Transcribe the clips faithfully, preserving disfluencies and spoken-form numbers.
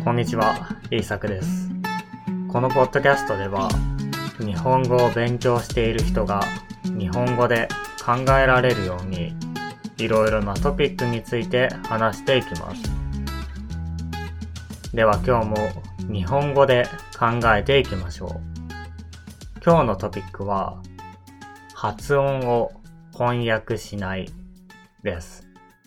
こんにちは、イーサクです。このポッドキャストでは、日本語を勉強している人が日本語で考えられるように、いろいろなトピックについて話していきます。では今日も日本語で考えていきましょう。今日のトピックは、発音を翻訳しないです。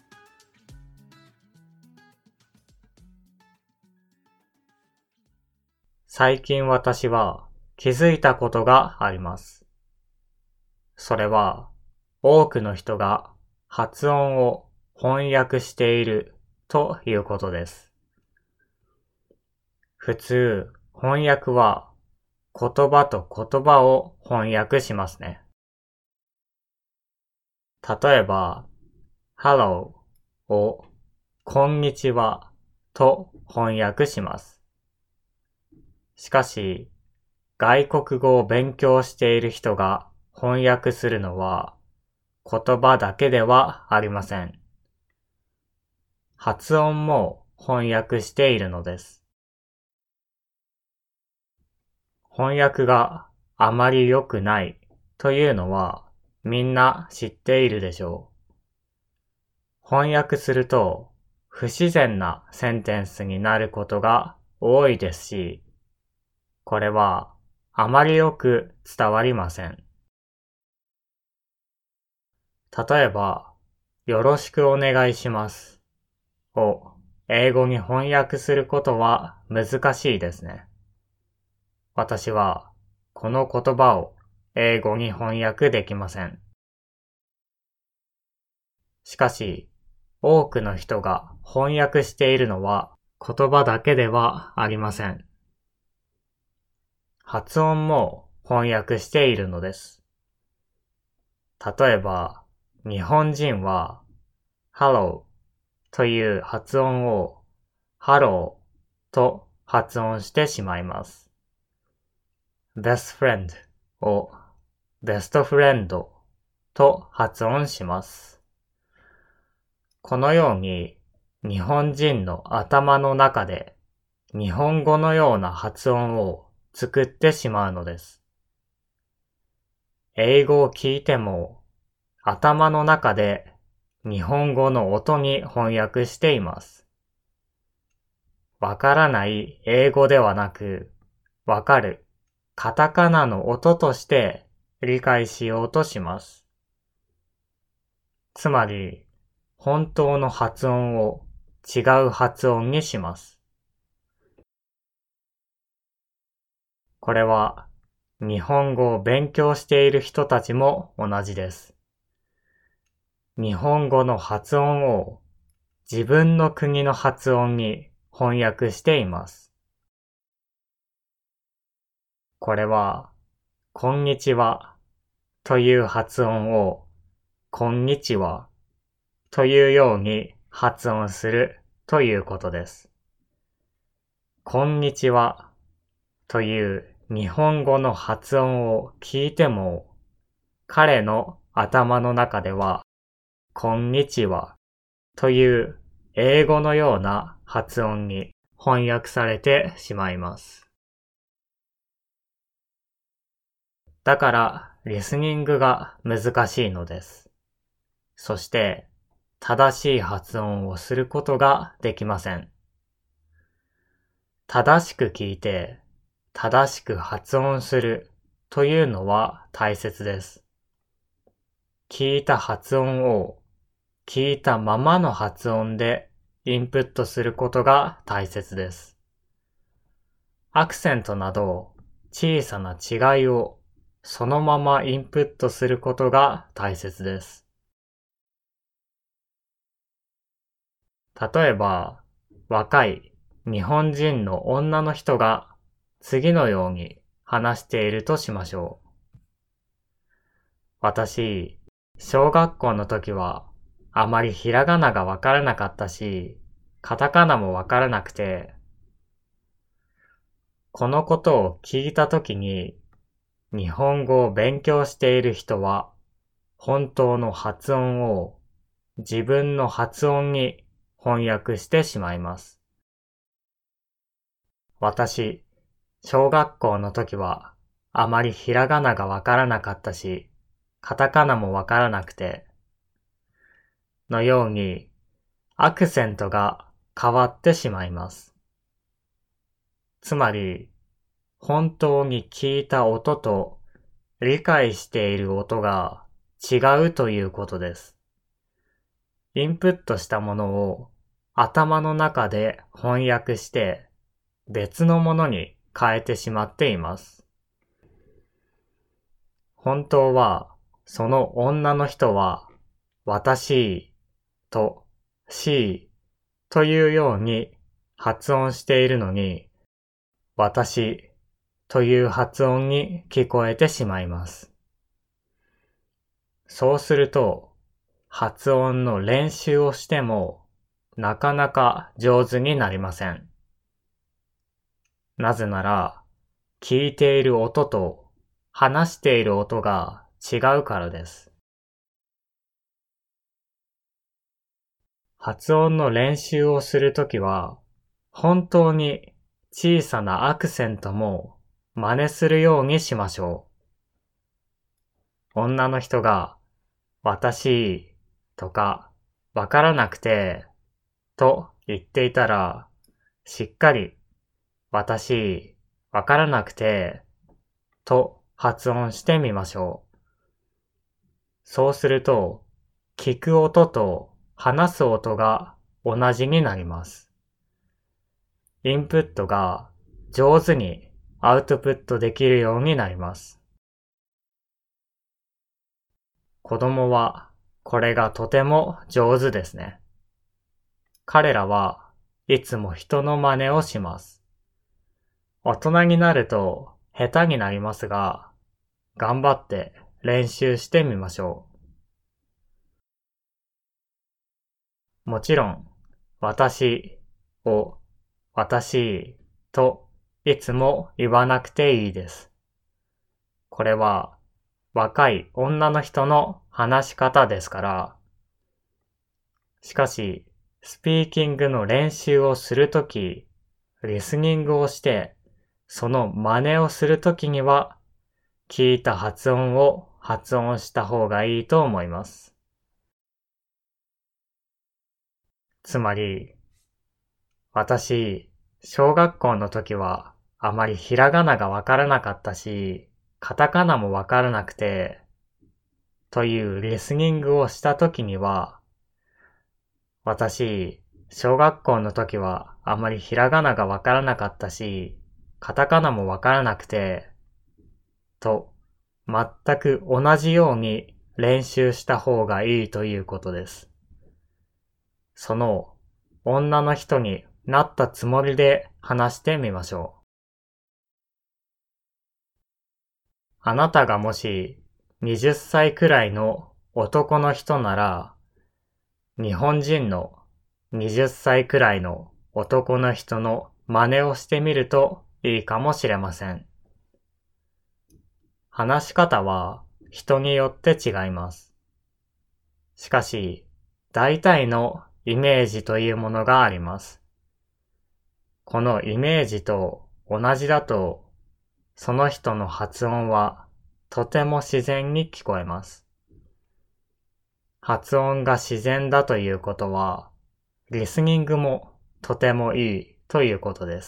最近私は気づいたことがあります。それは多くの人が発音を翻訳しているということです。普通、翻訳は言葉と言葉を翻訳しますね。例えば、Hello をこんにちはと翻訳します。しかし、外国語を勉強している人が翻訳するのは言葉だけではありません。発音も翻訳しているのです。翻訳があまり良くないというのはみんな知っているでしょう。翻訳すると不自然なセンテンスになることが多いですし、これはあまりよく伝わりません。例えば、よろしくお願いしますを英語に翻訳することは難しいですね。私はこの言葉を英語に翻訳できません。しかし、多くの人が翻訳しているのは言葉だけではありません。発音も翻訳しているのです。例えば、日本人は Hello という発音を Hello と発音してしまいます。Best friend を Best friend と発音します。このように日本人の頭の中で日本語のような発音を作ってしまうのです。英語を聞いても頭の中で日本語の音に翻訳しています。わからない英語ではなく、わかるカタカナの音として理解しようとします。つまり、本当の発音を違う発音にします。これは日本語を勉強している人たちも同じです。日本語の発音を自分の国の発音に翻訳しています。これは、こんにちはという発音をこんにちはというように発音するということです。こんにちはという日本語の発音を聞いても、彼の頭の中では、こんにちはという英語のような発音に翻訳されてしまいます。だから、リスニングが難しいのです。そして、正しい発音をすることができません。正しく聞いて、正しく発音するというのは大切です。聞いた発音を聞いたままの発音でインプットすることが大切です。アクセントなど小さな違いをそのままインプットすることが大切です。例えば、若い日本人の女の人が次のように話しているとしましょう。私、小学校の時はあまりひらがながわからなかったし、カタカナもわからなくて、このことを聞いた時に、日本語を勉強している人は、本当の発音を自分の発音に翻訳してしまいます。 私、小学校の時はあまりひらがながわからなかったし、カタカナもわからなくて、のようにアクセントが変わってしまいます。つまり、本当に聞いた音と理解している音が違うということです。インプットしたものを頭の中で翻訳して別のものに変えてしまっています。本当はその女の人は私としというように発音しているのに私という発音に聞こえてしまいます。そうすると発音の練習をしてもなかなか上手になりません。なぜなら聞いている音と話している音が違うからです。発音の練習をするときは本当に小さなアクセントも真似するようにしましょう。女の人が私とかわからなくてと言っていたらしっかり私わからなくてと発音してみましょう。そうすると聞く音と話す音が同じになります。インプットが上手にアウトプットできるようになります。子供はこれがとても上手ですね。彼らはいつも人の真似をします。大人になると下手になりますが、頑張って練習してみましょう。もちろん、私を私といつも言わなくていいです。これは若い女の人の話し方ですから。しかし、スピーキングの練習をするとき、リスニングをして、その真似をするときには、聞いた発音を発音した方がいいと思います。つまり、私、小学校の時はあまりひらがながわからなかったし、カタカナもわからなくて、というリスニングをした時には、私、小学校の時はあまりひらがながわからなかったし、カタカナもわからなくて、と、全く同じように練習した方がいいということです。その女の人になったつもりで話してみましょう。あなたがもしはたちくらいの男の人なら、日本人のはたちくらいの男の人の真似をしてみるといいかもしれません。話し方は人によって違います。しかし、大体のイメージというものがあります。このイメージと同じだと、その人の発音はとても自然に聞こえます。発音が自然だということは、リスニングもとてもいいということです。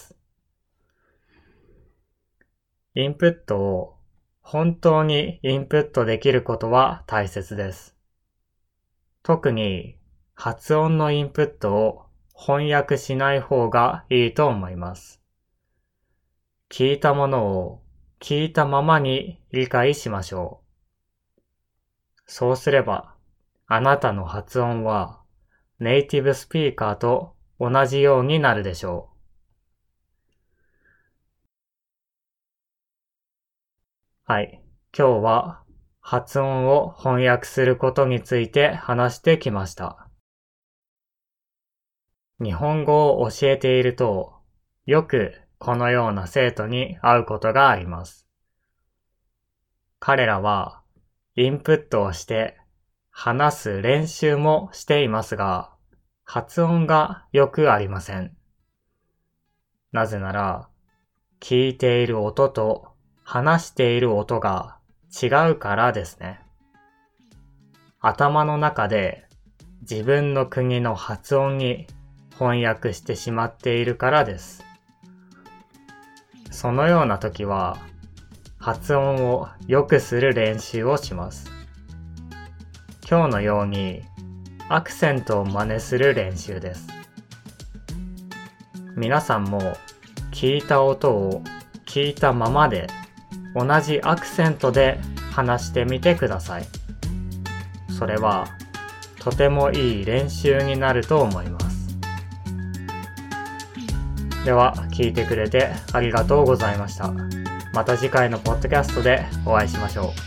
インプットを本当にインプットできることは大切です。特に発音のインプットを翻訳しない方がいいと思います。聞いたものを聞いたままに理解しましょう。そうすれば、あなたの発音はネイティブスピーカーと同じようになるでしょう。はい、今日は発音を翻訳することについて話してきました。日本語を教えていると、よくこのような生徒に会うことがあります。彼らはインプットをして話す練習もしていますが、発音がよくありません。なぜなら、 聞いている音と話している音が違うからですね。頭の中で自分の国の発音に翻訳してしまっているからです。そのような時は発音を良くする練習をします。今日のようにアクセントを真似する練習です。皆さんも聞いた音を聞いたままで同じアクセントで話してみてください。それはとてもいい練習になると思います。では聞いてくれてありがとうございました。また次回のポッドキャストでお会いしましょう。